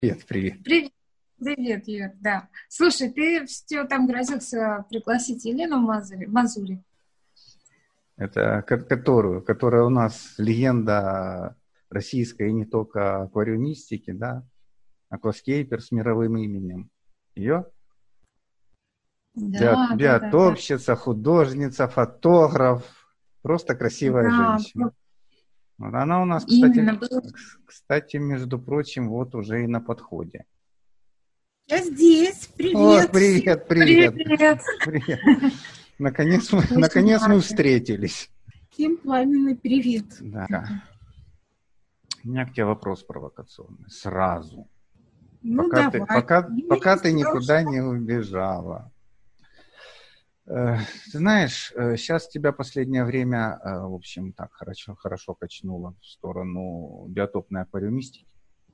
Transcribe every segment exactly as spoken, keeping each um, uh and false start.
Привет, привет. Привет, привет, Юр, да. Слушай, ты все там грозился пригласить Елену Мазури, Мазури. Это ко- которую, которая у нас легенда российской и не только аквариумистики, да? Акваскейпер с мировым именем. Ее? Био- Да, да, да, да. Биотопщица, художница, фотограф. Просто красивая Да, женщина. Вот она у нас, кстати, именно было. кстати, между прочим, вот уже и на подходе. Я здесь. Ох, Привет всем. привет, привет, Привет. привет. Наконец мы, Очень наконец мы рада. встретились. Всем пламенный привет. Да. У меня к тебе вопрос провокационный. Сразу. Ну, Пока давай. ты, пока, Не пока ты будем никуда не убежала. Э, Ты знаешь, сейчас тебя последнее время, э, в общем, так хорошо, хорошо качнуло в сторону биотопной аквариумистики.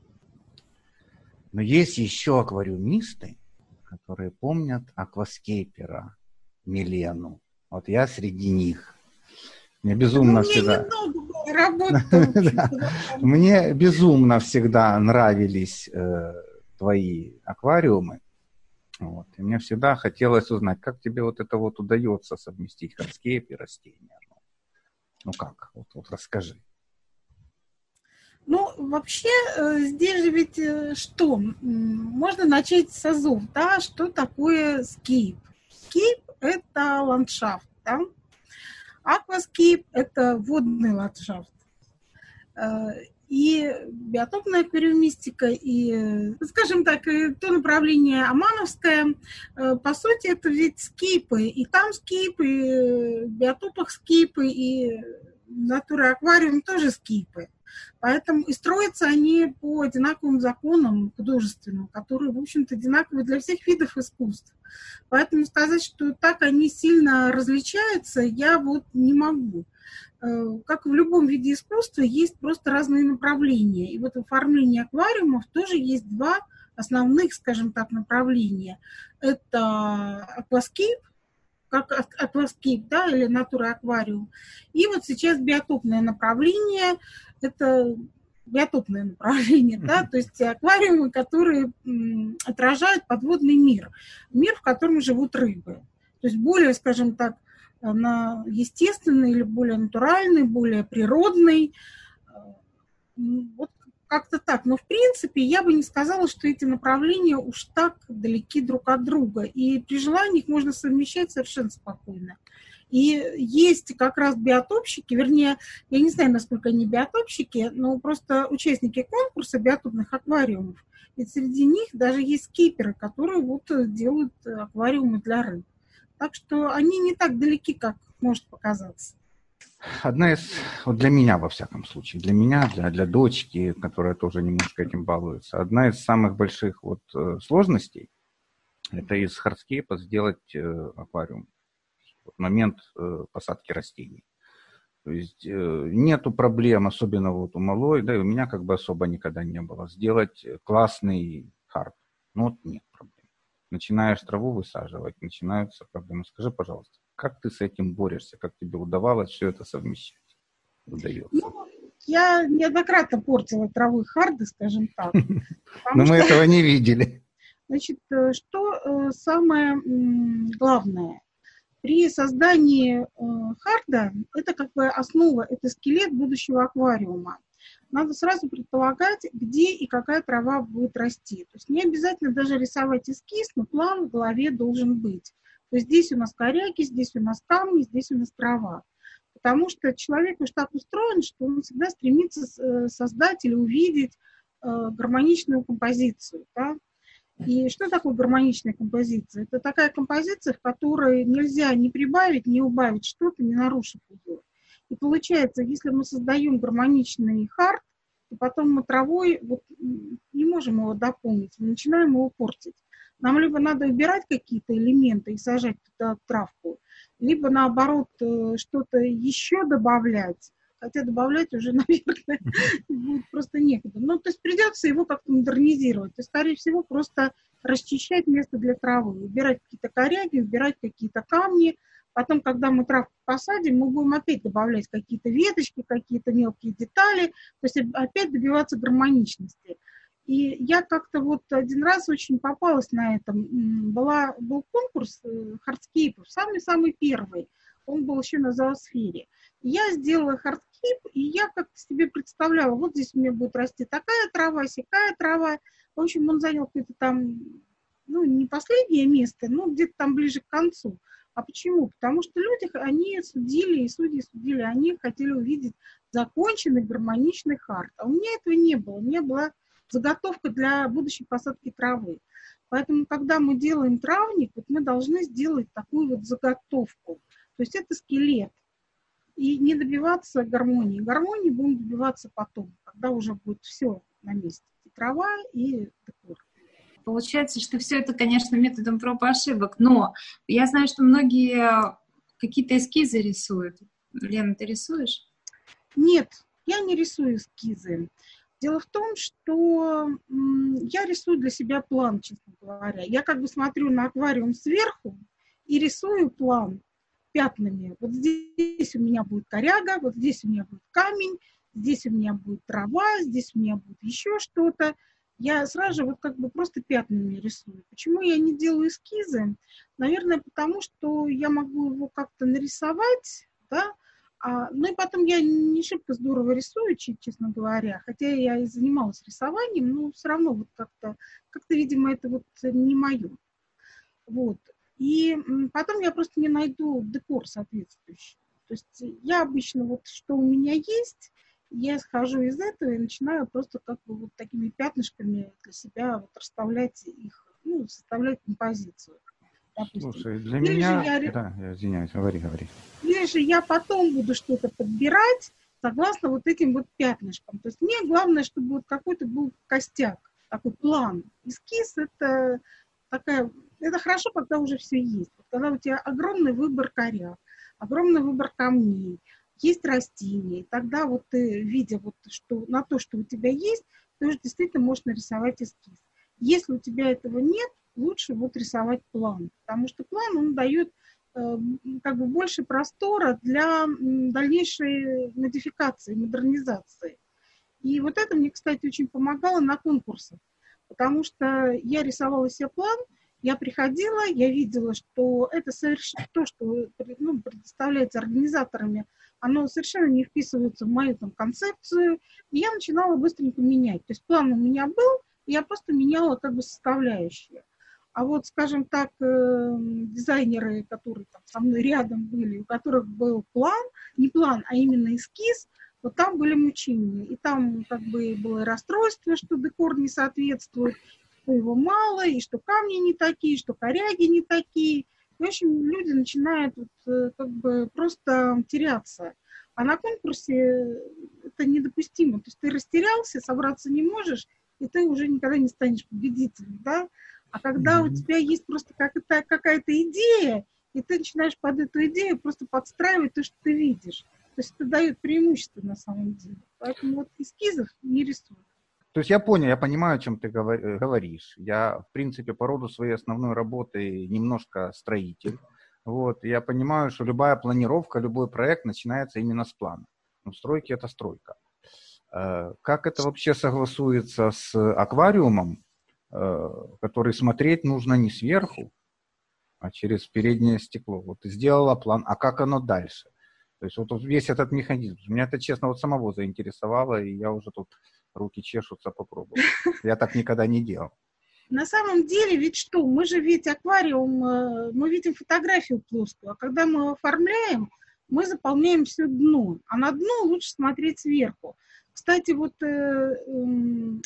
Но есть еще аквариумисты, которые помнят акваскейпера Милену. Вот я среди них. Мне безумно Ну, мне всегда... немного было работы. Да. Мне безумно всегда нравились э, твои аквариумы. Вот. И мне всегда хотелось узнать, как тебе вот это вот удается совместить хардскейп и растения. Ну как? Вот, вот расскажи. Ну, вообще, э, здесь же ведь э, что? М, Можно начать с азов, да? Что такое скейп? Скейп – это ландшафт, да? Акваскейп – это водный ландшафт. Э, И биотопная аквариумистика, и, э, скажем так, и то направление омановское, э, по сути, это ведь скейпы. И там скейпы, и в биотопах скейпы, и натура аквариум тоже скейпы. Поэтому и строятся они по одинаковым законам художественным, которые, в общем-то, одинаковы для всех видов искусств. Поэтому сказать, что так они сильно различаются, я вот не могу. Как в любом виде искусства, есть просто разные направления. И вот в оформлении аквариумов тоже есть два основных, скажем так, направления. Это акваскейп, как акваскейп, да, или натура аквариум. И вот сейчас биотопное направление, это биотопное направление, да, то есть аквариумы, которые м, отражают подводный мир, мир, в котором живут рыбы. То есть более, скажем так, на естественный или более натуральный, более природный. Вот как-то так. Но в принципе я бы не сказала, что эти направления уж так далеки друг от друга. И при желании их можно совмещать совершенно спокойно. И есть как раз биотопщики, вернее, я не знаю, насколько они биотопщики, но просто участники конкурса биотопных аквариумов. Ведь среди них даже есть скейперы, которые вот делают аквариумы для рыб. Так что они не так далеки, как может показаться. Одна из, вот для меня, во всяком случае, для меня, для, для дочки, которая тоже немножко этим балуется, одна из самых больших вот сложностей – это из хардскейпа сделать э, аквариум в момент э, посадки растений. То есть э, нету проблем, особенно вот у малой, да и у меня как бы особо никогда не было, сделать классный хард. Ну вот нет проблем. Начинаешь траву высаживать, начинаются проблемы. Скажи, пожалуйста, как ты с этим борешься? Как тебе удавалось все это совмещать? Удается. Ну, я неоднократно портила травы харды, скажем так. Но мы этого не видели. Значит, что самое главное? При создании харда, это как бы основа, это скелет будущего аквариума. Надо сразу предполагать, где и какая трава будет расти. То есть не обязательно даже рисовать эскиз, но план в голове должен быть. То есть здесь у нас коряги, здесь у нас камни, здесь у нас трава. Потому что человек уж так устроен, что он всегда стремится создать или увидеть гармоничную композицию. Да? И что такое гармоничная композиция? Это такая композиция, в которой нельзя ни прибавить, ни убавить что-то, не нарушив ее. И получается, если мы создаем гармоничный хард, то потом мы травой вот не можем его дополнить, мы начинаем его портить. Нам либо надо убирать какие-то элементы и сажать туда травку, либо наоборот что-то еще добавлять, хотя добавлять уже, наверное, будет просто некогда. Ну, то есть придется его как-то модернизировать. То есть, скорее всего, просто расчищать место для травы, убирать какие-то коряги, убирать какие-то камни. Потом, когда мы травку посадим, мы будем опять добавлять какие-то веточки, какие-то мелкие детали, то есть опять добиваться гармоничности. И я как-то вот один раз очень попалась на этом. Была, был конкурс хардскейпов, самый-самый первый. Он был еще на зоосфере. Я сделала хардскейп, и я как-то себе представляла, вот здесь у меня будет расти такая трава, сякая трава. В общем, он занял какое-то там, ну, не последнее место, но где-то там ближе к концу. А почему? Потому что люди, они судили, и судьи судили, они хотели увидеть законченный гармоничный хард. А у меня этого не было. У меня была заготовка для будущей посадки травы. Поэтому, когда мы делаем травник, вот мы должны сделать такую вот заготовку. То есть это скелет. И не добиваться гармонии. Гармонии будем добиваться потом, когда уже будет все на месте. И трава, и декор. Получается, что все это, конечно, методом проб и ошибок, но я знаю, что многие какие-то эскизы рисуют. Лена, ты рисуешь? Нет, я не рисую эскизы. Дело в том, что я рисую для себя план, честно говоря. Я как бы смотрю на аквариум сверху и рисую план пятнами. Вот здесь у меня будет коряга, вот здесь у меня будет камень, здесь у меня будет трава, здесь у меня будет еще что-то. Я сразу же вот как бы просто пятнами рисую. Почему я не делаю эскизы? Наверное, потому что я могу его как-то нарисовать, да, а, ну и потом я не шибко здорово рисую, честно говоря, хотя я и занималась рисованием, но все равно вот как-то, как-то, видимо, это вот не мое. Вот. И потом я просто не найду декор соответствующий. То есть я обычно вот, что у меня есть, я схожу из этого и начинаю просто как бы вот такими пятнышками для себя вот расставлять их, ну, составлять композицию. Допустим. Слушай, для или меня... Я... Да, я извиняюсь, говори, говори. Или же я потом буду что-то подбирать согласно вот этим вот пятнышкам. То есть мне главное, чтобы вот какой-то был костяк, такой план. Эскиз — это такая... Это хорошо, когда уже все есть. Вот когда у тебя огромный выбор коряг, огромный выбор камней, есть растения, и тогда вот ты, видя вот что, на то, что у тебя есть, ты уже действительно можешь нарисовать эскиз. Если у тебя этого нет, лучше вот рисовать план, потому что план, он дает э, как бы больше простора для м, дальнейшей модификации, модернизации. И вот это мне, кстати, очень помогало на конкурсах, потому что я рисовала себе план, я приходила, я видела, что это совершенно то, что ну, предоставляется организаторами, оно совершенно не вписывается в мою там концепцию, и я начинала быстренько менять. То есть план у меня был, и я просто меняла как бы составляющие. А вот, скажем так, дизайнеры, которые там со мной рядом были, у которых был план, не план, а именно эскиз, вот там были мучения. И там как бы было расстройство, что декор не соответствует, что его мало, и что камни не такие, что коряги не такие. В общем, люди начинают вот, как бы просто теряться. А на конкурсе это недопустимо. То есть ты растерялся, собраться не можешь, и ты уже никогда не станешь победителем, да? А когда mm-hmm. у тебя есть просто какая-то, какая-то идея, и ты начинаешь под эту идею просто подстраивать то, что ты видишь. То есть это дает преимущество на самом деле. Поэтому вот эскизов не рисую. То есть я понял, я понимаю, о чем ты говоришь. Я, в принципе, по роду своей основной работы немножко строитель. Вот. Я понимаю, что любая планировка, любой проект начинается именно с плана. Но стройки – это стройка. Как это вообще согласуется с аквариумом, который смотреть нужно не сверху, а через переднее стекло? Вот ты сделала план, а как оно дальше? То есть вот весь этот механизм. Меня это, честно, вот самого заинтересовало, и я уже тут руки чешутся попробовать. Я так никогда не делал. На самом деле, ведь что? Мы же ведь аквариум, мы видим фотографию плоскую, а когда мы его оформляем, мы заполняем все дно. А на дно лучше смотреть сверху. Кстати, вот э, э,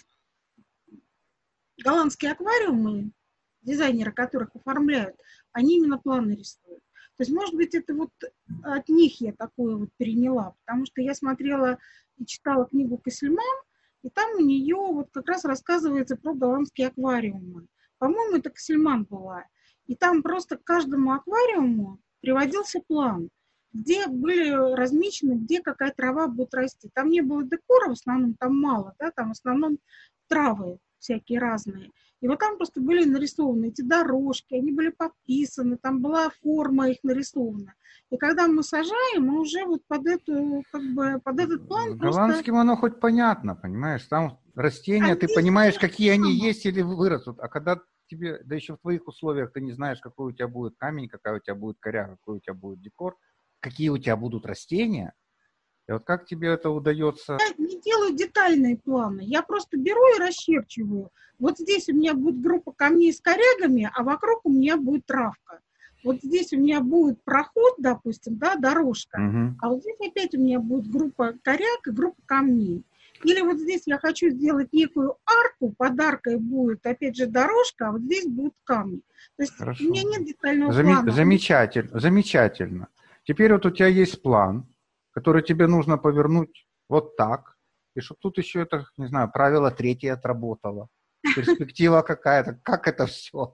голландские аквариумы, дизайнеры которых оформляют, они именно планы рисуют. То есть, может быть, это вот от них я такое вот переняла, потому что я смотрела и читала книгу Кассельман, и там у нее вот как раз рассказывается про голландские аквариумы. По-моему, это Кассельман была. И там просто к каждому аквариуму приводился план, где были размечены, где какая трава будет расти. Там не было декора, в основном там мало, да, там в основном травы всякие разные. И вот там просто были нарисованы эти дорожки, они были подписаны, там была форма их нарисована. И когда мы сажаем, мы уже вот под, эту, как бы, под этот план голландским просто... оно хоть понятно, понимаешь? Там растения, А ты здесь понимаешь, то же какие они самое. есть или вырастут. А когда тебе, да еще в твоих условиях, ты не знаешь, какой у тебя будет камень, какая у тебя будет коряга, какой у тебя будет декор, какие у тебя будут растения. И вот как тебе это удается? Я не делаю детальные планы, я просто беру и расчерчиваю. Вот здесь у меня будет группа камней с корягами, а вокруг у меня будет травка. Вот здесь у меня будет проход, допустим, да, дорожка, Угу. а вот здесь опять у меня будет группа коряг и группа камней. Или вот здесь я хочу сделать некую арку, под аркой будет, опять же, дорожка, а вот здесь будут камни. То есть Хорошо. у меня нет детального Заме- плана. замечательно, замечательно. Теперь вот у тебя есть план, который тебе нужно повернуть вот так, и чтобы тут еще это, не знаю, правило третье отработало. Перспектива какая-то, как это все?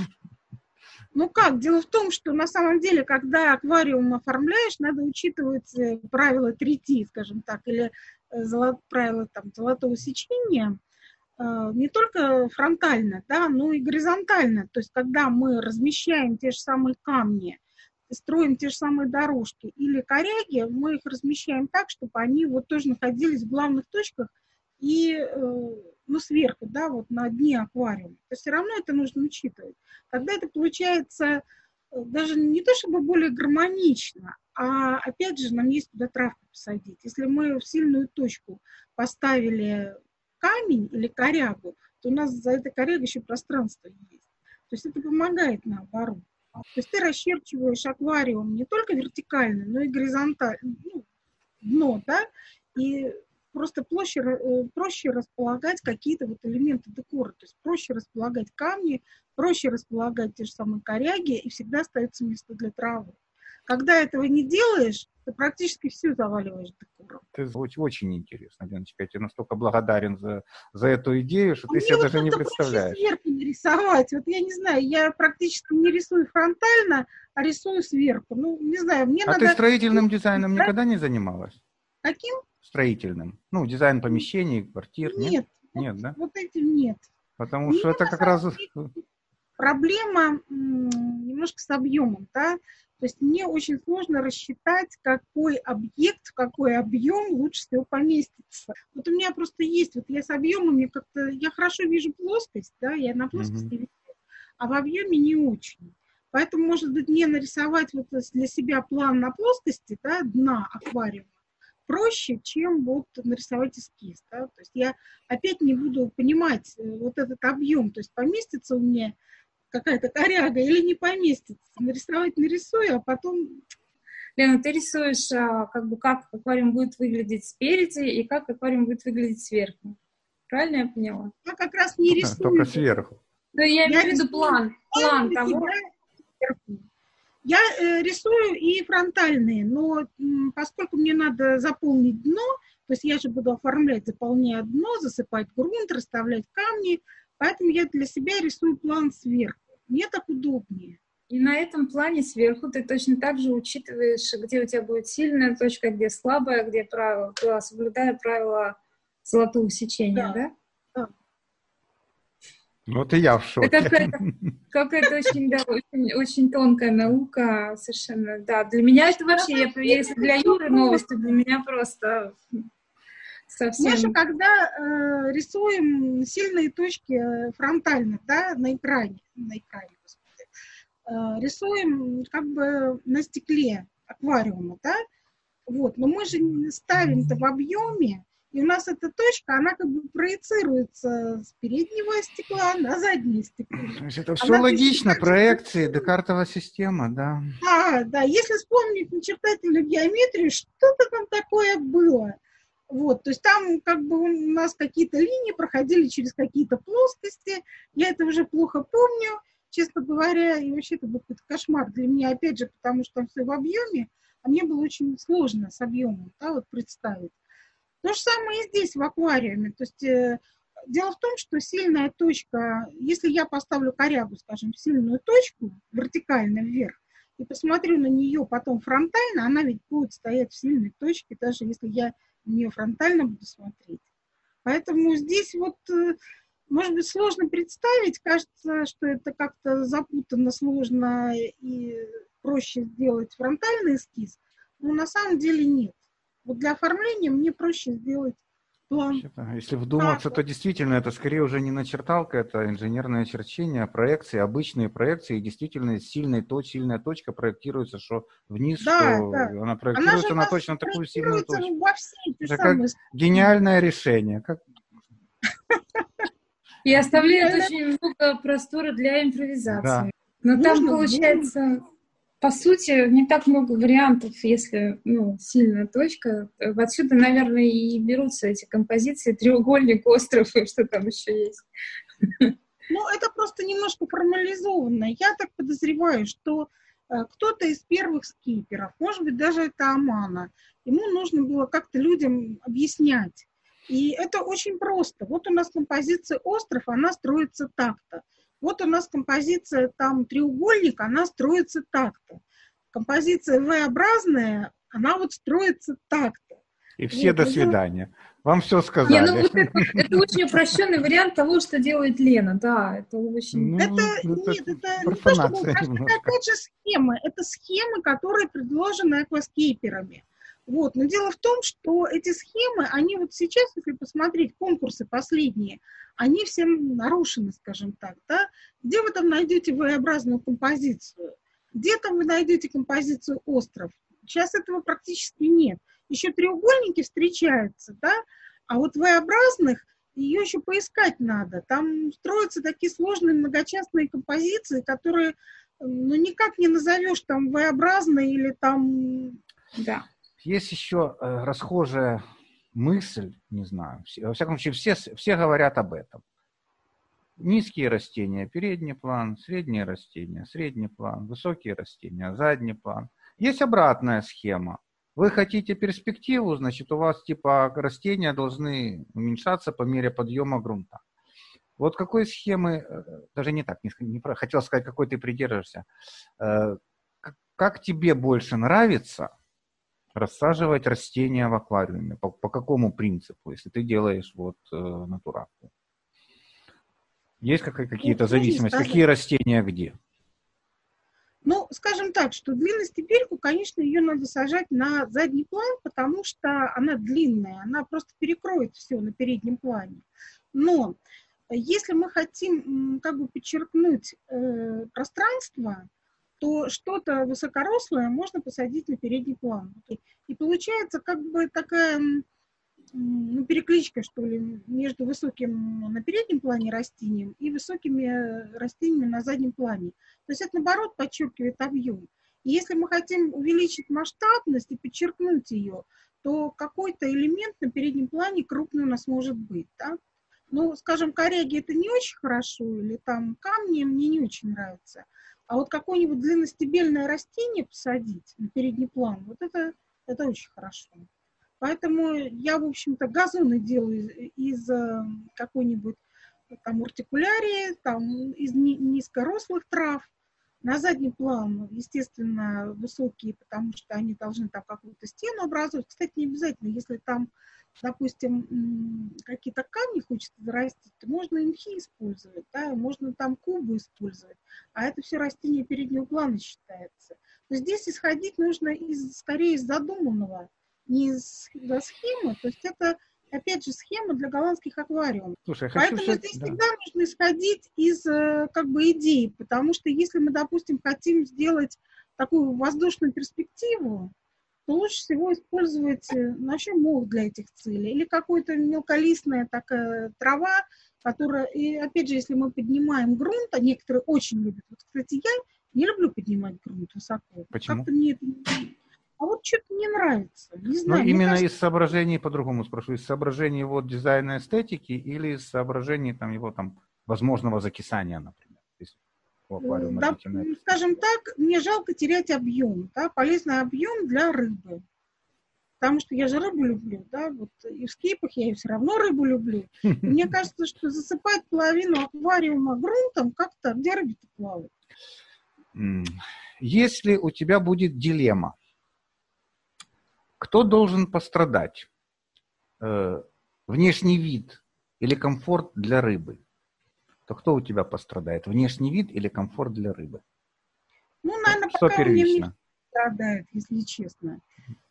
Ну как, дело в том, что на самом деле, когда аквариум оформляешь, надо учитывать э, правила трети, скажем так, или э, золо- правила там, золотого сечения, э, не только фронтально, да, но и горизонтально. То есть когда мы размещаем те же самые камни, строим те же самые дорожки или коряги, мы их размещаем так, чтобы они вот тоже находились в главных точках и э, ну, сверху, да, вот на дне аквариума. То есть все равно это нужно учитывать. Тогда это получается э, даже не то чтобы более гармонично, а опять же нам есть туда травку посадить. Если мы в сильную точку поставили камень или корягу, то у нас за этой корягой еще пространство есть. То есть это помогает наоборот. То есть ты расчерчиваешь аквариум не только вертикально, но и горизонтально, ну, дно, да, и просто проще, проще располагать какие-то вот элементы декора, то есть проще располагать камни, проще располагать те же самые коряги, и всегда остается место для травы. Когда этого не делаешь, ты практически все заваливаешь декором. Это очень, очень интересно, Леночка. Я тебе настолько благодарен за, за эту идею, что А ты мне себе вот даже не как-то представляешь. проще сверху нарисовать. Вот я не знаю, я практически не рисую фронтально, а рисую сверху. Ну, не знаю, мне А надо... ты строительным дизайном Да? никогда не занималась? Каким? Строительным. Ну, дизайн помещений, квартир, нет? Нет. Нет, вот, да? Вот этим нет. Потому У что меня это на как самом раз... деле проблема м, немножко с объемом, да. То есть мне очень сложно рассчитать, какой объект, в какой объем лучше всего поместится. Вот у меня просто есть, вот я с объемами как-то, я хорошо вижу плоскость, да, я на плоскости Мгм. вижу, а в объеме не очень. Поэтому, может быть, мне нарисовать вот для себя план на плоскости, да, дна аквариума проще, чем вот нарисовать эскиз, да. То есть я опять не буду понимать э, вот этот объем, то есть поместится у меня какая-то коряга или не поместится. Нарисовать нарисую, а потом... Лена, ты рисуешь, а, как бы, как аквариум будет выглядеть спереди и как аквариум будет выглядеть сверху. Правильно я поняла? Я как раз не рисую. Только сверху. Да, я, Я имею в виду рисую план, план для того. себя сверху. Я э, рисую и фронтальные, но м, поскольку мне надо заполнить дно, то есть я же буду оформлять, заполняя дно, засыпать грунт, расставлять камни, поэтому я для себя рисую план сверху. Мне так удобнее. И на этом плане сверху ты точно так же учитываешь, где у тебя будет сильная точка, где слабая, где правило, соблюдая правила золотого сечения, да? Да. Вот и я в шоке. Это какая-то, какая-то очень, да, очень, очень тонкая наука, совершенно, да. Для меня это вообще, я, если для Юры новость, то для меня просто совсем... Мы же, когда э, рисуем сильные точки фронтально, да, на экране, на экране, господи, э, рисуем как бы на стекле аквариума, да, вот, но мы же ставим-то в объеме, и у нас эта точка, она как бы проецируется с переднего стекла на заднее стекло. То есть это все Она логично, точно проекции, декартовая система, да. Да, да, если вспомнить начертательную геометрию, что-то там такое было. Вот, то есть там как бы у нас какие-то линии проходили через какие-то плоскости. Я это уже плохо помню, честно говоря, и вообще это был какой-то кошмар для меня, опять же, потому что там все в объеме, а мне было очень сложно с объемом, да, вот представить. То же самое и здесь, в аквариуме. То есть э, дело в том, что сильная точка, если я поставлю корягу, скажем, в сильную точку, вертикально вверх, и посмотрю на нее потом фронтально, она ведь будет стоять в сильной точке, даже если я на нее фронтально буду смотреть. Поэтому здесь вот, э, может быть, сложно представить, кажется, что это как-то запутанно, сложно и проще сделать фронтальный эскиз, но на самом деле нет. Вот для оформления мне проще сделать план. Если вдуматься, то действительно это скорее уже не начерталка, это инженерное очерчение, проекции, обычные проекции, и действительно сильная, то, сильная точка проектируется, что вниз, Да, что да. она Она проектируется же на нас точно такую сильную проектируется точку. во все эти Это как самые... гениальное решение. Как... И оставляет Гениальное- очень много простора для импровизации. Да. Но там Нужно получается, по сути, не так много вариантов, если ну, сильная точка. Отсюда, наверное, и берутся эти композиции: треугольник, остров и что там еще есть. Ну, это просто немножко формализованно. Я так подозреваю, что э, кто-то из первых скиперов, может быть, даже это Амана, ему нужно было как-то людям объяснять. И это очень просто. Вот у нас композиция «Остров», она строится так-то. Вот у нас композиция там «Треугольник», она строится так-то. Композиция V-образная, она вот строится так-то. И все Вот, до ну, свидания. Вам все Не, сказали. ну вот это, это очень упрощенный вариант того, что делает Лена, да, это очень... Ну, Это, это нет, это не то, чтобы профанация упрощать, это немножко. опять же схемы. Это схемы, которые предложены акваскейперами. Вот. Но дело в том, что эти схемы, они вот сейчас, если посмотреть конкурсы последние, они все нарушены, скажем так. Да? Где вы там найдете V-образную композицию? Где там вы найдете композицию «Остров»? Сейчас этого практически нет. Еще треугольники встречаются, да? А вот V-образных ее еще поискать надо. Там строятся такие сложные многочастные композиции, которые ну, никак не назовешь там V-образной или там... Да. Есть еще э, расхожая мысль, не знаю, все, во всяком случае, все, все говорят об этом. Низкие растения, передний план, средние растения, средний план, высокие растения, задний план. Есть обратная схема. Вы хотите перспективу, значит, у вас типа растения должны уменьшаться по мере подъема грунта. Вот какой схемы, даже не так, не, не, хотел сказать, какой ты придерживаешься. Э, как, как тебе больше нравится рассаживать растения в аквариуме? По, по какому принципу, если ты делаешь вот э, натуралку? Есть какие-то зависимости? Какие растения где? Ну, скажем так, что длинностепельку, конечно, ее надо сажать на задний план, потому что она длинная, она просто перекроет все на переднем плане. Но если мы хотим как бы подчеркнуть э, пространство, то что-то высокорослое можно посадить на передний план. И получается как бы такая ну, перекличка, что ли, между высоким на переднем плане растением и высокими растениями на заднем плане. То есть это, наоборот, подчеркивает объем. И если мы хотим увеличить масштабность и подчеркнуть ее, то какой-то элемент на переднем плане крупный у нас может быть. Да? Ну, скажем, коряги это не очень хорошо, или там камни мне не очень нравятся. А вот какое-нибудь длинностебельное растение посадить на передний план, вот это, это очень хорошо. Поэтому я, в общем-то, газоны делаю из, из какой-нибудь там уртикулярии, там, из низкорослых трав. На задний план, естественно, высокие, потому что они должны там какую-то стену образовать. Кстати, не обязательно, если там, допустим, какие-то камни хочется зарастить, то можно и мхи использовать, да, можно там кубы использовать. А это все растение переднего плана считается. Но здесь исходить нужно из, скорее из задуманного, не из схемы, то есть это, опять же, схема для голландских аквариумов. Слушай, Поэтому все... здесь да. всегда нужно исходить из как бы идей, потому что если мы, допустим, хотим сделать такую воздушную перспективу, то лучше всего использовать вообще мох для этих целей или какая-то мелколистная такая трава, которая, и опять же, если мы поднимаем грунт, а некоторые очень любят, вот, кстати, я не люблю поднимать грунт высоко. Почему? Как-то мне это не... А вот что-то не нравится. Не знаю, ну, именно кажется... из соображений, по-другому спрошу, из соображений вот дизайна эстетики или из соображений там, его там возможного закисания, например? Да, скажем так, мне жалко терять объем, да, полезный объем для рыбы. Потому что я же рыбу люблю, да, вот и в скейпах я все равно рыбу люблю. И мне кажется, что засыпать половину аквариума грунтом как-то, где рыбы-то плавают? Если у тебя будет дилемма, кто должен пострадать? Э, внешний вид или комфорт для рыбы? То кто у тебя пострадает? Внешний вид или комфорт для рыбы? Ну, наверное, что пока он не пострадает, если честно.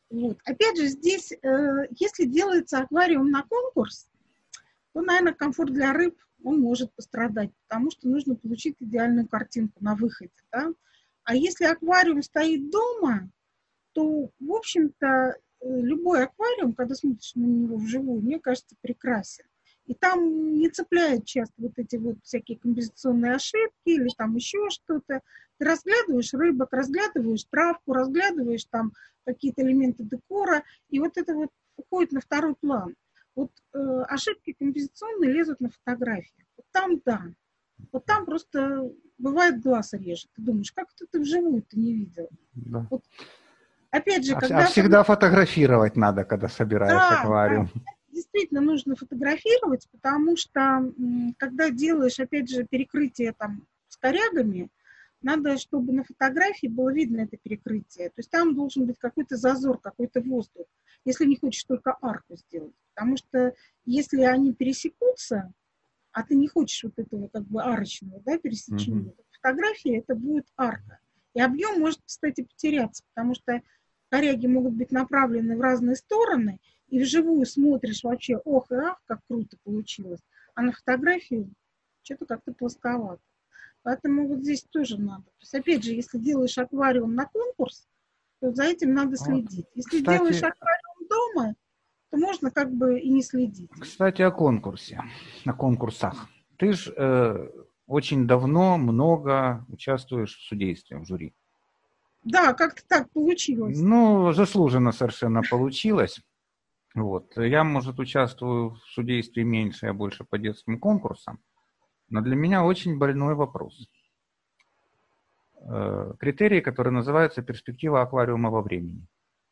Вот. Опять же, здесь, э, если делается аквариум на конкурс, то, наверное, комфорт для рыб, он может пострадать, потому что нужно получить идеальную картинку на выходе. Да? А если аквариум стоит дома, то, в общем-то, любой аквариум, когда смотришь на него вживую, мне кажется, прекрасен. И там не цепляют часто вот эти вот всякие композиционные ошибки или там еще что-то. Ты разглядываешь рыбок, разглядываешь травку, разглядываешь там какие-то элементы декора, и вот это вот уходит на второй план. Вот э, ошибки композиционные лезут на фотографии. Вот там да. Вот там просто бывает глаз режет. Ты думаешь, как это ты вживую-то не видел? Да. Вот, опять же, а, когда... А всегда фотографировать надо, когда собираешь да, аквариум. Да. Действительно нужно фотографировать, потому что когда делаешь, опять же, перекрытие там с корягами, надо, чтобы на фотографии было видно это перекрытие. То есть там должен быть какой-то зазор, какой-то воздух, если не хочешь только арку сделать. Потому что если они пересекутся, а ты не хочешь вот этого как бы арочного, да, пересечения, mm-hmm. фотографии это будет арка. И объем может, кстати, потеряться, потому что коряги могут быть направлены в разные стороны, и вживую смотришь вообще, ох и ах, как круто получилось. А на фотографии что-то как-то плосковато. Поэтому вот здесь тоже надо. То есть, опять же, если делаешь аквариум на конкурс, то за этим надо следить. Вот, если кстати, делаешь аквариум дома, то можно как бы и не следить. Кстати, о конкурсе, о конкурсах. Ты же э, очень давно, много участвуешь в судействе, в жюри. Да, как-то так получилось. Ну, заслуженно совершенно получилось. Вот. Я, может, участвую в судействе меньше, я больше по детским конкурсам. Но для меня очень больной вопрос. Критерии, которые называются перспектива аквариума во времени.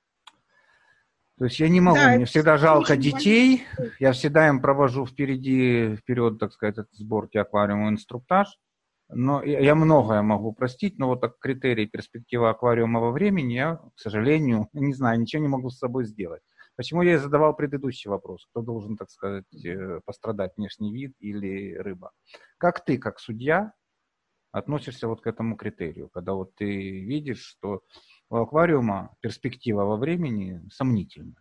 То есть я не могу, да, мне всегда жалко детей, больной. Я всегда им провожу впереди, вперед, так сказать, от сборки аквариума инструктаж. Но я многое могу простить, но вот так критерий перспектива аквариума во времени я, к сожалению, не знаю, ничего не могу с собой сделать. Почему я и задавал предыдущий вопрос, кто должен, так сказать, пострадать, внешний вид или рыба. Как ты, как судья, относишься вот к этому критерию, когда вот ты видишь, что у аквариума перспектива во времени сомнительная?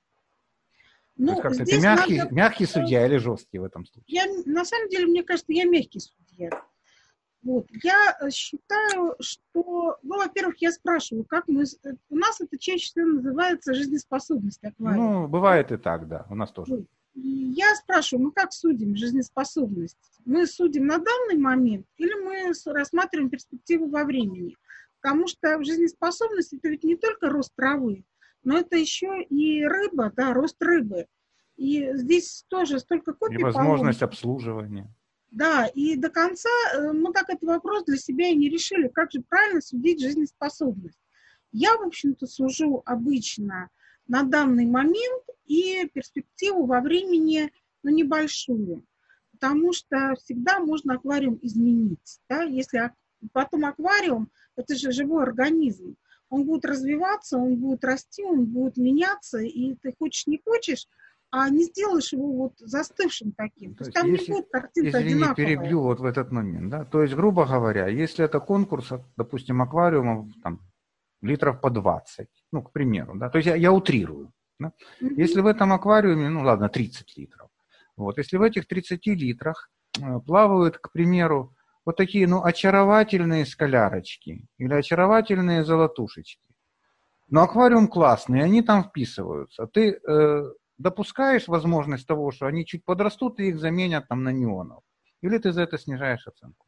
Ну, то есть как ты мягкий, надо... мягкий судья или жесткий в этом случае? Я, на самом деле, мне кажется, я мягкий судья. Вот. Я считаю, что, ну, во-первых, я спрашиваю, как мы... У нас это чаще всего называется жизнеспособность аквариума. Ну, бывает и так, да, у нас тоже. Я спрашиваю, мы как судим жизнеспособность? Мы судим на данный момент или мы рассматриваем перспективу во времени? Потому что жизнеспособность это ведь не только рост травы, но это еще и рыба, да, рост рыбы. И здесь тоже столько копий. И возможность поломок. Обслуживания. Да, и до конца мы так этот вопрос для себя и не решили, как же правильно судить жизнеспособность. Я, в общем-то, сужу обычно на данный момент и перспективу во времени, ну, небольшую, потому что всегда можно аквариум изменить. Да? Если потом аквариум, это же живой организм, он будет развиваться, он будет расти, он будет меняться, и ты хочешь не хочешь, а не сделаешь его вот застывшим таким. То, То есть там если, не будет картинка одинаковая. Извини, перебью вот в этот момент. Да? То есть, грубо говоря, если это конкурс, допустим, аквариумов там, литров по двадцать, ну, к примеру, да? То есть я, я утрирую. Да? Mm-hmm. Если в этом аквариуме, ну ладно, тридцать литров, вот, если в этих тридцати литрах э, плавают, к примеру, вот такие, ну, очаровательные скалярочки или очаровательные золотушечки, но аквариум классный, они там вписываются, ты... Э, допускаешь возможность того, что они чуть подрастут и их заменят там на неонов? Или ты за это снижаешь оценку?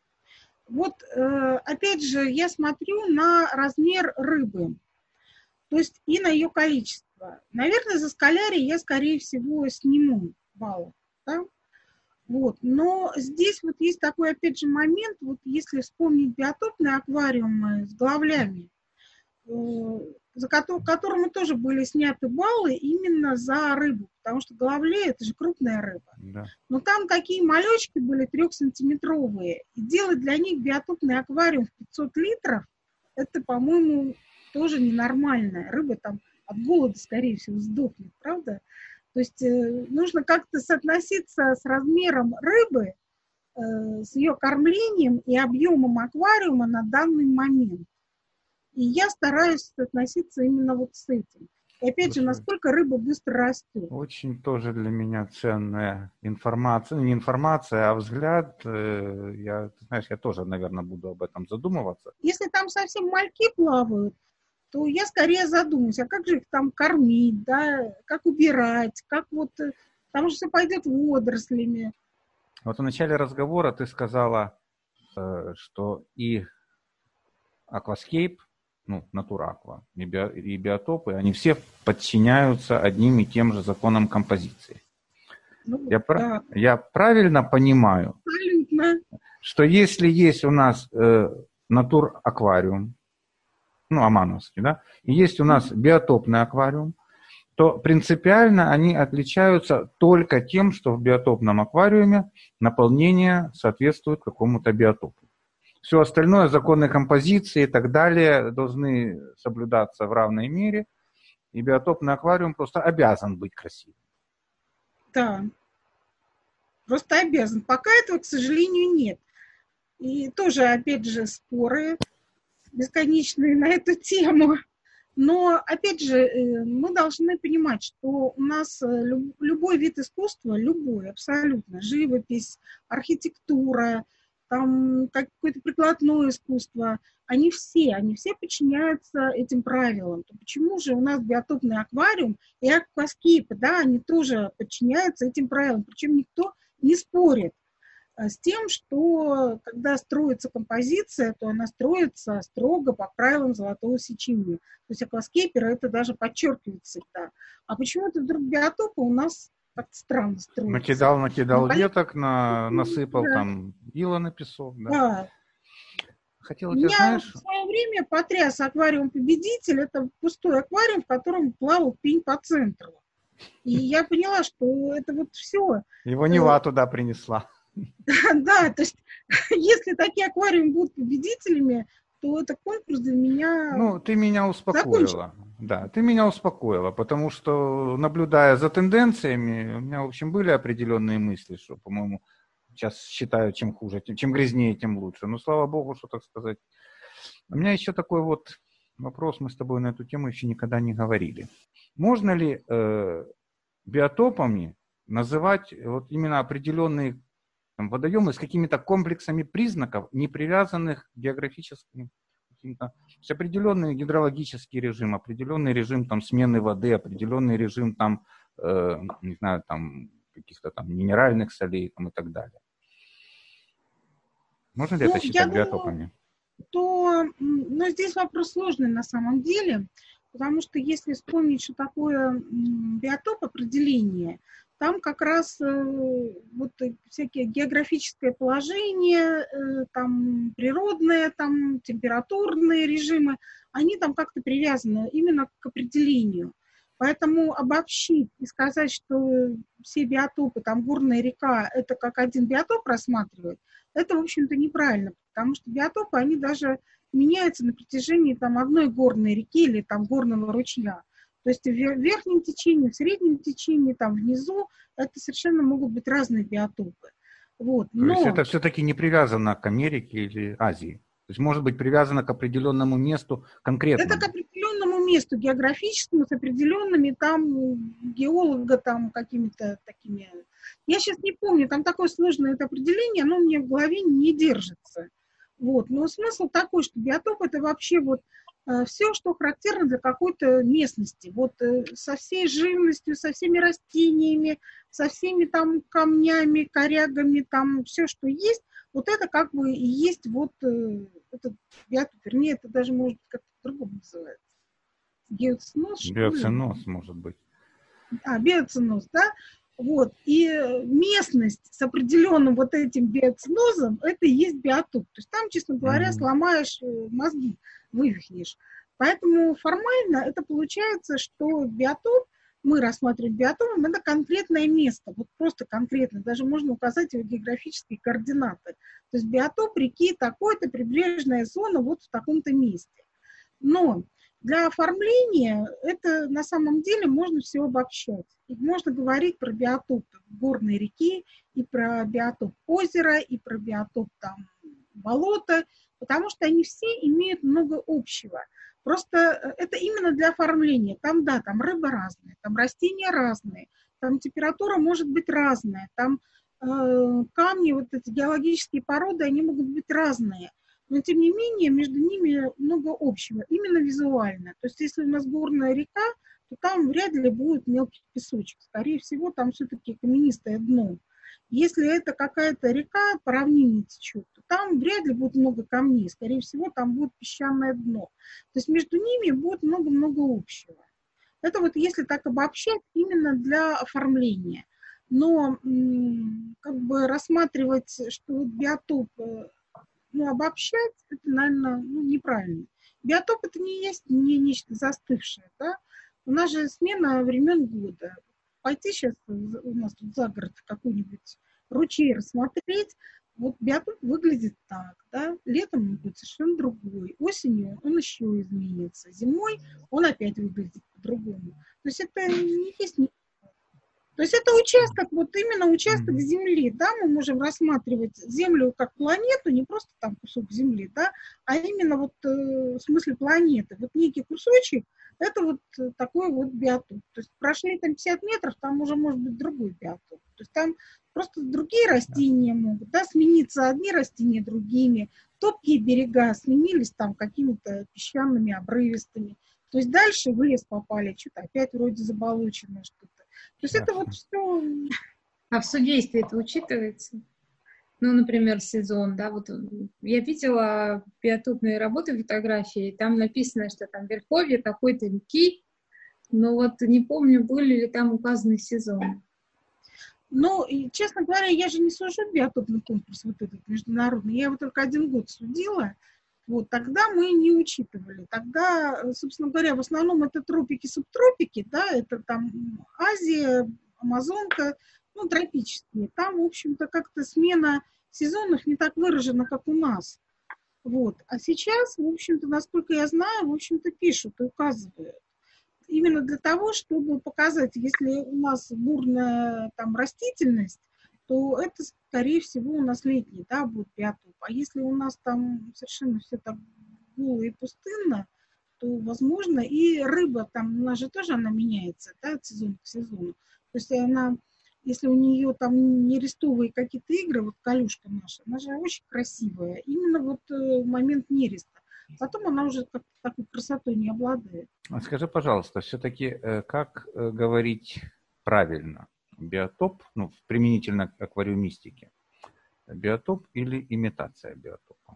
Вот, э, опять же, я смотрю на размер рыбы, то есть и на ее количество. Наверное, за скалярий я, скорее всего, сниму балл. Да? Вот. Но здесь вот есть такой, опять же, момент, вот если вспомнить биотопные аквариумы с головлями, э, за которыми тоже были сняты баллы именно за рыбу, потому что головлей это же крупная рыба. Да. Но там такие малечки были трехсантиметровые, и делать для них биотопный аквариум в пятьсот литров, это, по-моему, тоже ненормально. Рыба там от голода, скорее всего, сдохнет, правда? То есть э, нужно как-то соотноситься с размером рыбы, э, с ее кормлением и объемом аквариума на данный момент. И я стараюсь относиться именно вот с этим. И опять же, насколько рыба быстро растет. Очень тоже для меня ценная информация, ну, не информация, а взгляд. Я, ты знаешь, я тоже, наверное, буду об этом задумываться. Если там совсем мальки плавают, то я скорее задумаюсь, а как же их там кормить, да, как убирать, как вот, там же все пойдет водорослями. Вот в начале разговора ты сказала, что и Aquascape, ну, Натураква и, био, и биотопы, они все подчиняются одним и тем же законам композиции. Ну, я, да. я правильно понимаю, абсолютно, что если есть у нас э, натур-аквариум, ну, омановский, да, и есть у нас биотопный аквариум, то принципиально они отличаются только тем, что в биотопном аквариуме наполнение соответствует какому-то биотопу. Все остальное, законы композиции и так далее, должны соблюдаться в равной мере, и биотопный аквариум просто обязан быть красивым. Да, просто обязан. Пока этого, к сожалению, нет. И тоже, опять же, споры бесконечные на эту тему. Но, опять же, мы должны понимать, что у нас любой вид искусства, любой, абсолютно, живопись, архитектура, там какое-то прикладное искусство, они все, они все подчиняются этим правилам. То почему же у нас биотопный аквариум и акваскейпы, да, они тоже подчиняются этим правилам, причем никто не спорит с тем, что когда строится композиция, то она строится строго по правилам золотого сечения. То есть акваскейперы это даже подчеркивают всегда. А почему-то вдруг биотопы у нас как-то странно строятся. Накидал, накидал ну, веток, на, насыпал да. там ила на песок. Да. да. Хотела, Меня ты знаешь... в свое время потряс аквариум «Победитель». Это пустой аквариум, в котором плавал пень по центру. И я поняла, что это вот все. Его Нева туда принесла. Да, то есть, если такие аквариумы будут победителями, то это конкурс для меня... Ну, ты меня успокоила. Закончен. Да, ты меня успокоила, потому что, наблюдая за тенденциями, у меня, в общем, были определенные мысли, что, по-моему, сейчас считаю, чем хуже, тем, чем грязнее, тем лучше. Но, слава богу, что, так сказать... У меня еще такой вот вопрос, мы с тобой на эту тему еще никогда не говорили. Можно ли э, биотопами называть вот именно определенные там, водоемы с какими-то комплексами признаков, не привязанных к географическим, то есть определенный гидрологический режим, определенный режим там, смены воды, определенный режим там, э, не знаю, там, каких-то там минеральных солей там, и так далее. Можно ли ну, это считать биотопами? То, но здесь вопрос сложный на самом деле, потому что если вспомнить, что такое биотоп определение, там как раз э, вот всякие географическое положение, э, там природные, там температурные режимы, они там как-то привязаны именно к определению. Поэтому обобщить и сказать, что все биотопы, там горная река, это как один биотоп рассматривать, это, в общем-то, неправильно, потому что биотопы, они даже меняются на протяжении там одной горной реки или там горного ручья. То есть в верхнем течении, в среднем течении, там внизу, это совершенно могут быть разные биотопы. Вот. Но... То есть это все-таки не привязано к Америке или Азии? То есть может быть привязано к определенному месту конкретно? Это к определенному месту географическому, с определенными там геолога там какими-то такими... Я сейчас не помню, там такое сложное это определение, оно у меня в голове не держится. Вот. Но смысл такой, что биотоп это вообще вот все, что характерно для какой-то местности. Вот со всей живностью, со всеми растениями, со всеми там камнями, корягами, там все, что есть, вот это как бы и есть вот этот биотоп. Вернее, это даже может быть как-то по-другому называется. Геоценоз. Биоценоз, может быть. А, биоценоз, да. Вот. И местность с определенным вот этим биоценозом, это и есть биотоп. То есть там, честно говоря, mm-hmm. сломаешь мозги, вывихнешь. Поэтому формально это получается, что биотоп, мы рассматриваем биотопом, это конкретное место, вот просто конкретно, даже можно указать его географические координаты. То есть биотоп реки такой-то, прибрежная зона вот в таком-то месте. Но для оформления это на самом деле можно все обобщать. И можно говорить про биотоп горной реки, и про биотоп озера, и про биотоп там болота, потому что они все имеют много общего. Просто это именно для оформления. Там, да, там рыба разная, там растения разные, там температура может быть разная, там э, камни, вот эти геологические породы, они могут быть разные. Но, тем не менее, между ними много общего, именно визуально. То есть, если у нас горная река, то там вряд ли будет мелкий песочек. Скорее всего, там все-таки каменистое дно. Если это какая-то река по равнине течет, то там вряд ли будет много камней. Скорее всего, там будет песчаное дно. То есть между ними будет много-много общего. Это вот если так обобщать, именно для оформления. Но как бы рассматривать, что вот биотоп, ну, обобщать, это, наверное, ну, неправильно. Биотоп это не есть не нечто застывшее. Да? У нас же смена времен года. Пойти сейчас у нас тут за город какой-нибудь ручей рассмотреть, вот биотоп выглядит так, да, летом он будет совершенно другой, осенью он еще изменится, зимой он опять выглядит по-другому. То есть это не есть... То есть это участок, вот именно участок Земли, да, мы можем рассматривать Землю как планету, не просто там кусок Земли, да, а именно вот э, в смысле планеты. Вот некий кусочек, это вот такой вот биотоп. То есть прошли там пятьдесят метров, там уже может быть другой биотоп. То есть там просто другие растения могут, да, смениться одни растения другими, топкие берега сменились там какими-то песчаными, обрывистыми. То есть дальше в лес попали, что-то опять вроде заболоченное что-то. То есть это вот все... А в судействе это учитывается? Ну, например, сезон, да, вот я видела биотопные работы, фотографии, там написано, что там верховье такой-то реки, но вот не помню, были ли там указаны сезоны. Ну, и, честно говоря, я же не сужу биотопный конкурс вот этот международный, я его только один год судила, вот, тогда мы не учитывали, тогда, собственно говоря, в основном это тропики, субтропики, да, это там Азия, Амазонка, ну, тропические, там, в общем-то, как-то смена сезонов не так выражена, как у нас, вот, а сейчас, в общем-то, насколько я знаю, в общем-то, пишут и указывают. Именно для того, чтобы показать, если у нас бурная там растительность, то это, скорее всего, у нас летний, да, будет биотоп. А если у нас там совершенно все так голо и пустынно, то, возможно, и рыба там, у нас же тоже она меняется, да, от сезона к сезону. То есть она, если у нее там нерестовые какие-то игры, вот Калюшка наша, она же очень красивая, именно вот в момент нереста. Потом она уже как такой красотой не обладает. Скажи, пожалуйста, все-таки как говорить правильно? Биотоп, ну, применительно к аквариумистике, биотоп или имитация биотопа?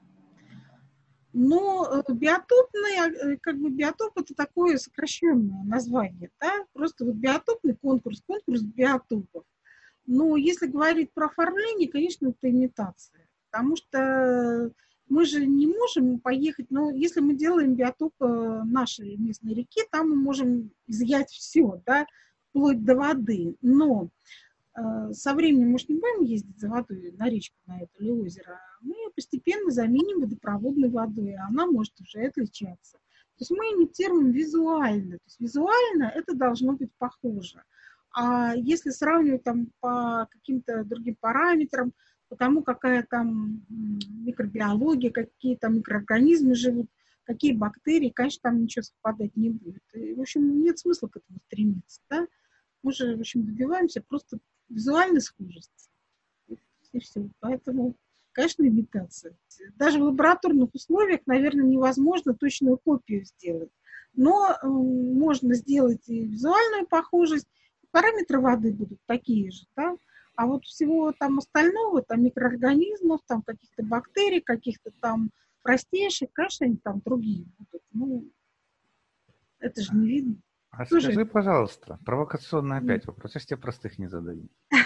Ну, биотопный, как бы биотоп это такое сокращенное название, да, просто вот биотопный конкурс, конкурс биотопов. Но если говорить про оформление, конечно, это имитация, потому что мы же не можем поехать, но если мы делаем биотоп нашей местной реки, там мы можем изъять все, да, вплоть до воды. Но э, со временем мы же не будем ездить за водой на речку на это или озеро. Мы ее постепенно заменим водопроводной водой, а она может уже отличаться. То есть мы имитируем визуально. То есть визуально это должно быть похоже. А если сравнивать там по каким-то другим параметрам, по тому, какая там микробиология, какие там микроорганизмы живут, какие бактерии, конечно, там ничего совпадать не будет. И, в общем, нет смысла к этому стремиться, да? Мы же, в общем, добиваемся просто визуальной схожести. И все. Поэтому, конечно, имитация. Даже в лабораторных условиях, наверное, невозможно точную копию сделать. Но э, можно сделать и визуальную похожесть, параметры воды будут такие же, да? А вот всего там остального, там микроорганизмов, там каких-то бактерий, каких-то там простейших, конечно, они там другие будут. Ну, это же не видно. А Слушай, скажи, пожалуйста, провокационный опять вопрос, я тебе простых не задаю.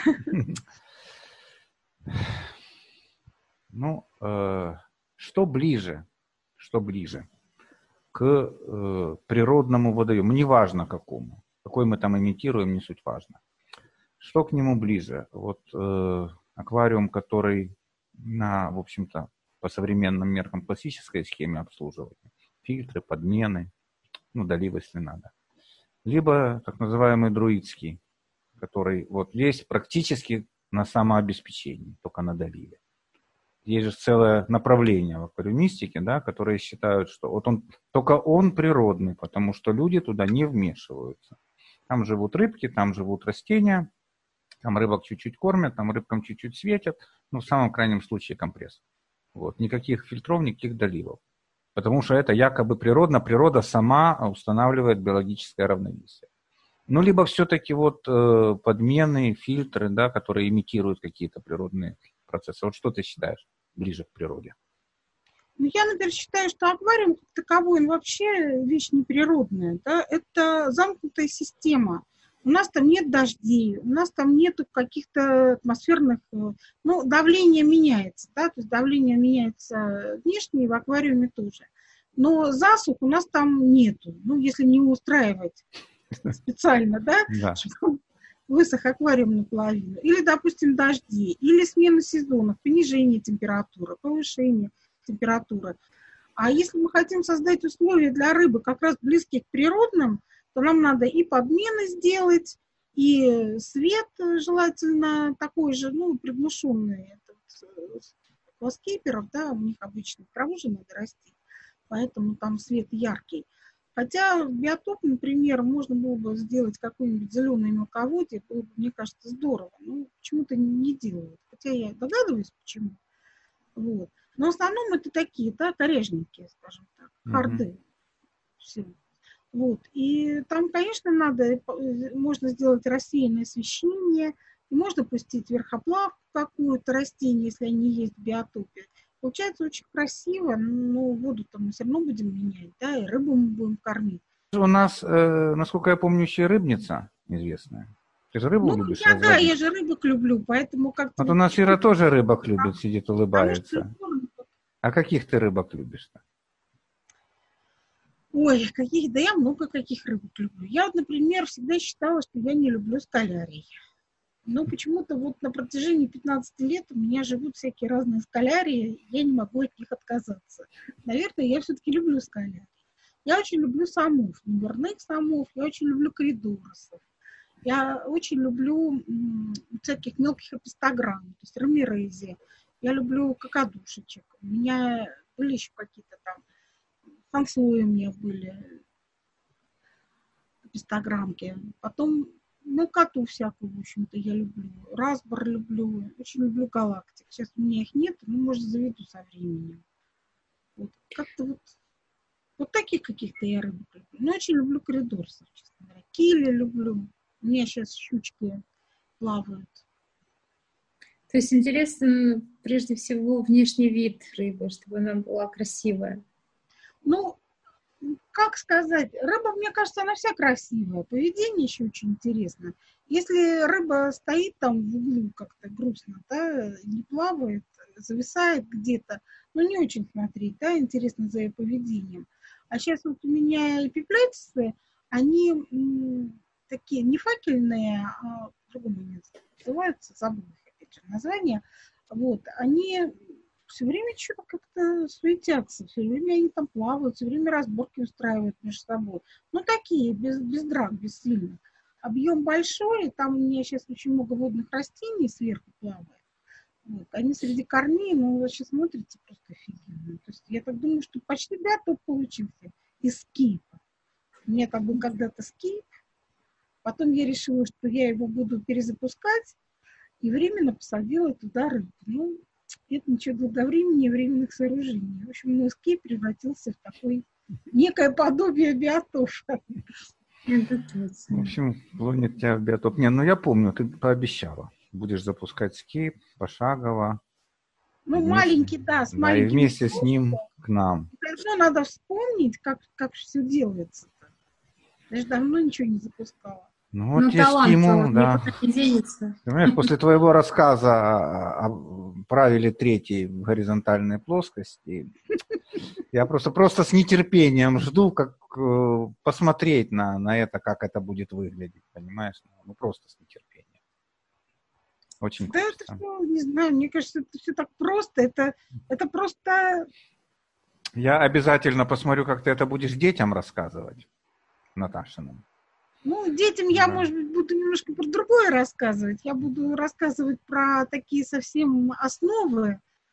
Ну, что ближе, что ближе к природному водоему, неважно какому, какой мы там имитируем, не суть важно. Что к нему ближе? Вот э, аквариум, который на, в общем-то, по современным меркам классической схеме обслуживания, фильтры, подмены, ну, долив, если надо. Либо так называемый друидский, который вот весь практически на самообеспечении, только на доливе. Есть же целое направление в аквариумистике, да, которые считают, что вот он, только он природный, потому что люди туда не вмешиваются. Там живут рыбки, там живут растения, там рыбок чуть-чуть кормят, там рыбкам чуть-чуть светят, ну, в самом крайнем случае компресс. Вот. Никаких фильтров, никаких доливов. Потому что это якобы природно, природа сама устанавливает биологическое равновесие. Ну, либо все-таки вот э, подмены, фильтры, да, которые имитируют какие-то природные процессы. Вот что ты считаешь ближе к природе? Ну, я, например, считаю, что аквариум как таковой, он вообще вещь неприродная. Да? Это замкнутая система. У нас там нет дождей, у нас там нет каких-то атмосферных... Ну, давление меняется, да, то есть давление меняется внешне, и в аквариуме тоже. Но засух у нас там нету, ну, если не устраивать специально, да, Да. чтобы высох аквариум наполовину. Или, допустим, дожди, или смена сезонов, понижение температуры, повышение температуры. А если мы хотим создать условия для рыбы как раз близкие к природным, то нам надо и подмены сделать, и свет желательно такой же, ну, приглушенный. Акваскейперов, да, у них обычно траву же надо расти, поэтому там свет яркий. Хотя в биотоп, например, можно было бы сделать какое-нибудь зеленое мелководье, было бы, мне кажется, здорово. Ну, почему-то не делают. Хотя я догадываюсь, почему. Вот. Но в основном это такие, да, коряжники, скажем так, харды. Mm-hmm. Все. Вот. И там, конечно, надо, можно сделать рассеянное освещение, и можно пустить верхоплавку какую-то растение, если они есть в биотопе. Получается очень красиво, но воду-то мы все равно будем менять, да, и рыбу мы будем кормить. У нас, э, насколько я помню, еще рыбница известная. Ты же рыбу ну, любишь? Я, да, я же рыбок люблю, поэтому как-то... Вот у нас Ира тоже рыбок любит, сидит, улыбается. А каких ты рыбок любишь-то? Ой, каких, да я много каких рыбок люблю. Я, вот, например, всегда считала, что я не люблю скалярий. Но почему-то вот на протяжении пятнадцати лет у меня живут всякие разные скалярии, я не могу от них отказаться. Наверное, я все-таки люблю скалярии. Я очень люблю самов, номерных самов, я очень люблю коридорусов. Я очень люблю м, всяких мелких эпистограмм, то есть рамирези. Я люблю какадушечек. У меня были еще какие-то там конфлои у меня были, эпистограммки. Потом мелкоту всякую, в общем-то, я люблю. Разбор люблю. Очень люблю галактик. Сейчас у меня их нет, но, может, заведу со временем. Вот. Как-то вот, вот таких каких-то я рыбок люблю. Но очень люблю коридорсов, честно говоря. Кили люблю. У меня сейчас щучки плавают. То есть интересен прежде всего внешний вид рыбы, чтобы она была красивая. Ну, как сказать, рыба, мне кажется, она вся красивая. Поведение еще очень интересно. Если рыба стоит там в углу как-то грустно, да, не плавает, зависает где-то, ну, не очень смотреть, да, интересно за ее поведением. А сейчас вот у меня эпиплетисы, они м, такие не факельные, а по-другому называются, забыла опять же название, вот, они... все время что-то как-то суетятся, все время они там плавают, все время разборки устраивают между собой. Ну, такие, без, без драк, без сильных. Объем большой, там у меня сейчас очень много водных растений сверху плавает. Вот. Они среди корней, ну, вообще смотрится просто офигенно. То есть я так думаю, что почти биотоп получился из скейпа. У меня там был когда-то скейп, потом я решила, что я его буду перезапускать, и временно посадила туда рыбу. Ну, это ничего долговременнее временных сооружений. В общем, мой скейп превратился в такое некое подобие биотопа. В общем, клонит тебя в биотоп. Не, ну я помню, ты пообещала. Будешь запускать скейп пошагово. Ну, вместе, маленький, да, с да, маленьким. И вместе с ним к нам. Давно надо вспомнить, как, как все делается-то. Я же давно ничего не запускала. Ну, вот ну, тебе стимул, да. Не денется. Понимаешь, после твоего рассказа о, о правиле третьей в горизонтальной плоскости, я просто, просто с нетерпением жду, как э, посмотреть на, на это, как это будет выглядеть, понимаешь? Ну, просто с нетерпением. Очень да хочется. Это все, не знаю, мне кажется, это все так просто, это, это просто... Я обязательно посмотрю, как ты это будешь детям рассказывать, Наташиным. Ну, детям я, может быть, буду немножко про другое рассказывать. Я буду рассказывать про такие совсем основы.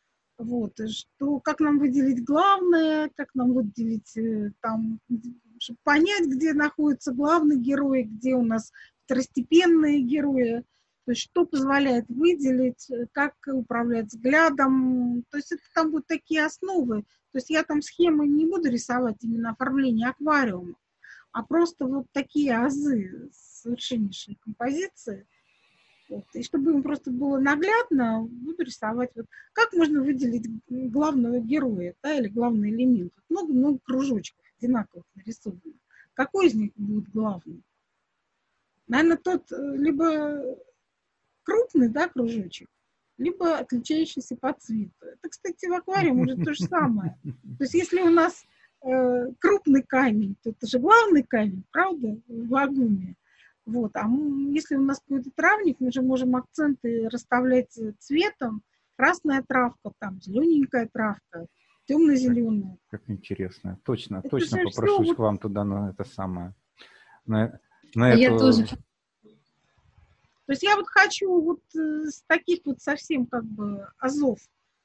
Вот, что, как нам выделить главное, как нам выделить там, чтобы понять, где находится главный герой, где у нас второстепенные герои, то есть что позволяет выделить, как управлять взглядом, то есть это там будут такие основы, то есть я там схемы не буду рисовать именно оформление аквариума, а просто вот такие азы совершеннейшей композиции. Вот. И чтобы им просто было наглядно, буду рисовать, вот, как можно выделить главного героя, да, или главный элемент. Много-много кружочков одинаковых нарисовано. Какой из них будет главный? Наверное, тот либо крупный, да, кружочек, либо отличающийся по цвету. Это, кстати, в аквариуме уже то же самое. То есть если у нас э, крупный камень, то это же главный камень, правда, в агуме. Вот. А мы, если у нас какой-то травник, мы же можем акценты расставлять цветом. Красная травка, там, зелененькая травка, темно-зеленая. Как, как интересно. Точно, это точно попрошусь вот... к вам туда на это самое. На, на а эту... Я тоже. То есть я вот хочу вот с таких вот совсем как бы азов.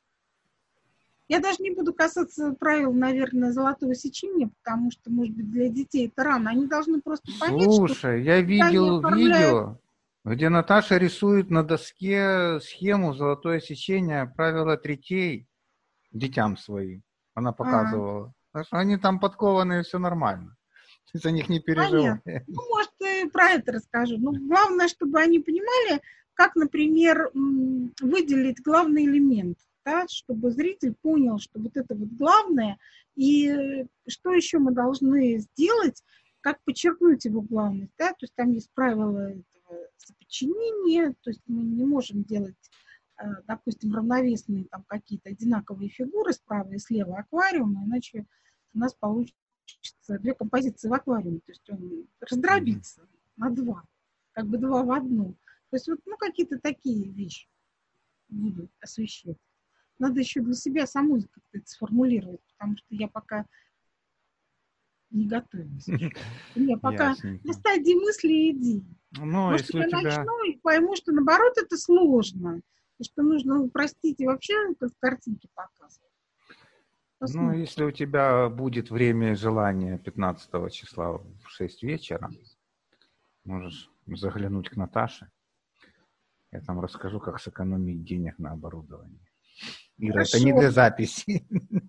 Я даже не буду касаться правил, наверное, золотого сечения, потому что, может быть, для детей это рано. Они должны просто понять, Слушай, что... я видел оформляют... видео, где Наташа рисует на доске схему «Золотое сечение», правила третей детям своим. Она показывала. А. Что они там подкованные, все нормально. Ты за них не переживай. Ну, может, и про это расскажу. Но главное, чтобы они понимали, как, например, выделить главный элемент. Да, чтобы зритель понял, что вот это вот главное, и что еще мы должны сделать, как подчеркнуть его главность. Да? То есть там есть правила этого соподчинения, то есть мы не можем делать, допустим, равновесные там какие-то одинаковые фигуры справа и слева аквариума, иначе у нас получится две композиции в аквариуме, то есть он раздробится mm-hmm. на два, как бы два в одну. То есть вот ну, какие-то такие вещи будут освещать. Надо еще для себя саму как-то это сформулировать, потому что я пока не готовилась. Я пока на стадии мысли и идей. Ну, Может, я тебя... начну и пойму, что наоборот это сложно, и что нужно упростить и вообще как картинки показывать. Посмотрим. Ну, если у тебя будет время и желание пятнадцатого числа в шесть вечера, можешь заглянуть к Наташе. Я там расскажу, как сэкономить денег на оборудование. Ира, Хорошо. Это не для записи.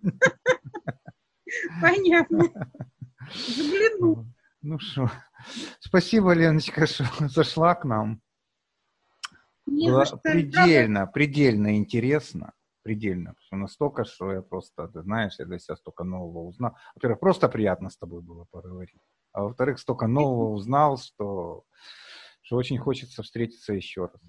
Понятно. Загляну. Ну что, спасибо, Леночка, что зашла к нам. Не Было что, предельно, правда? предельно интересно. Предельно. Потому что настолько, что я просто, ты знаешь, я для себя столько нового узнал. Во-первых, просто приятно с тобой было поговорить. А во-вторых, столько нового узнал, что, что очень хочется встретиться еще раз.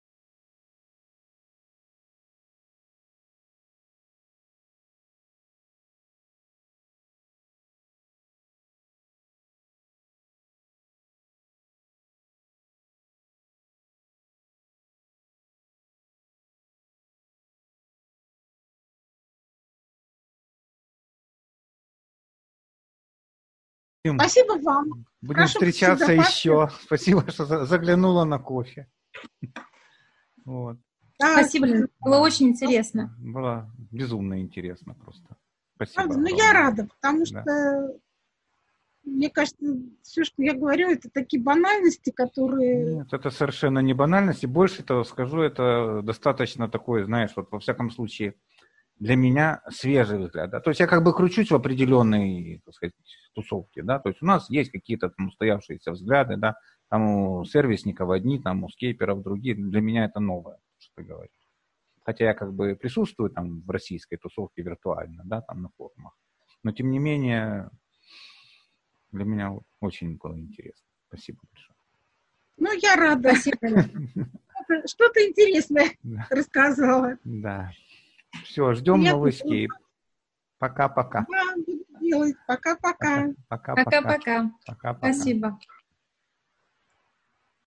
Спасибо вам. Будем Хорошо, встречаться еще. Спасибо, что заглянула на кофе. Вот. Да, спасибо, было очень интересно. Было безумно интересно просто. Спасибо. Правда, ну я рада, потому что, да. Мне кажется, все, что я говорю, это такие банальности, которые... Нет, это совершенно не банальности. Больше того скажу, это достаточно такое, знаешь, вот во всяком случае, для меня свежий взгляд. Да? То есть я как бы кручусь в определенной, так сказать, тусовке, да, то есть у нас есть какие-то там устоявшиеся взгляды, да, там у сервисников одни, там у скейперов другие, для меня это новое, что ты говоришь. Хотя я как бы присутствую там в российской тусовке виртуально, да, там на форумах, но тем не менее для меня очень было интересно. Спасибо большое. Ну, я рада. Спасибо. Что-то интересное рассказывала. Да. Все, ждем новый скейп. Пока-пока. Да, буду делать. Пока-пока. Пока-пока. Спасибо.